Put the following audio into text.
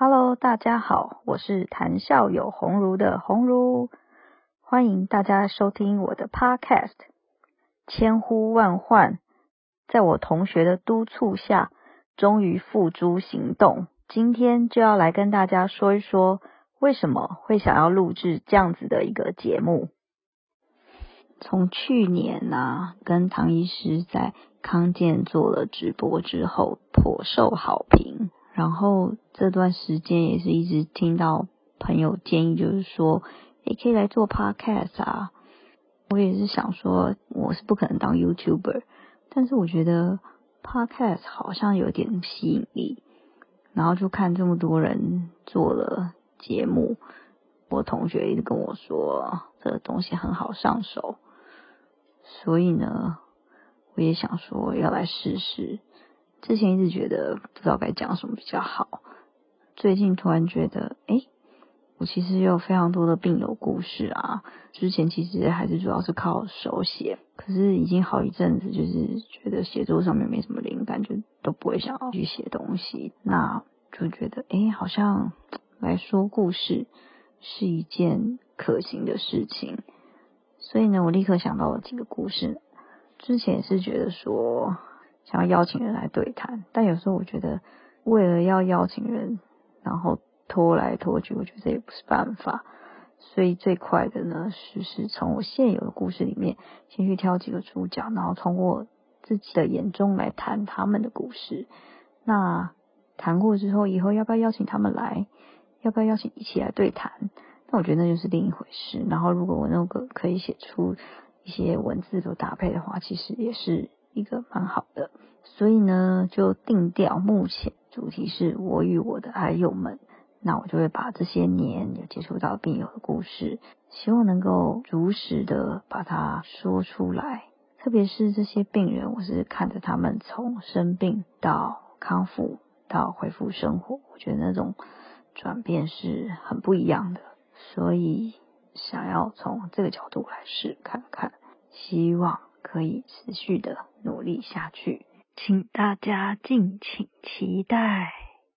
Hello， 大家好，我是谈笑有鸿儒的鸿儒，欢迎大家收听我的 Podcast。千呼万唤，在我同学的督促下，终于付诸行动。今天就要来跟大家说一说，为什么会想要录制这样子的一个节目。从去年跟唐医师在康健做了直播之后，颇受好评。然后这段时间也是一直听到朋友建议，就是说可以来做 podcast 啊。我也是想说我是不可能当 YouTuber， 但是我觉得 podcast 好像有点吸引力，然后就看这么多人做了节目，我同学一直跟我说这个东西很好上手，所以呢我也想说要来试试。之前一直觉得不知道该讲什么比较好，最近突然觉得我其实有非常多的病友故事啊，之前其实还是主要是靠手写，可是已经好一阵子就是觉得写作上面没什么灵感，就都不会想要去写东西，那就觉得好像来说故事是一件可行的事情，所以呢我立刻想到了几个故事。之前也是觉得说想要邀请人来对谈，但有时候我觉得为了要邀请人然后拖来拖去，我觉得这也不是办法，所以最快的呢是从我现有的故事里面先去挑几个主角，然后从我自己的眼中来谈他们的故事。那谈过之后，以后要不要邀请他们来，要不要邀请一起来对谈，那我觉得那就是另一回事。然后如果我那个可以写出一些文字的搭配的话，其实也是一个蛮好的。所以呢就定调目前主题是我与我的癌友们，那我就会把这些年有接触到病友的故事，希望能够如实的把它说出来。特别是这些病人，我是看着他们从生病到康复到恢复生活，我觉得那种转变是很不一样的，所以想要从这个角度来试看看，希望可以持续的努力下去，请大家敬请期待。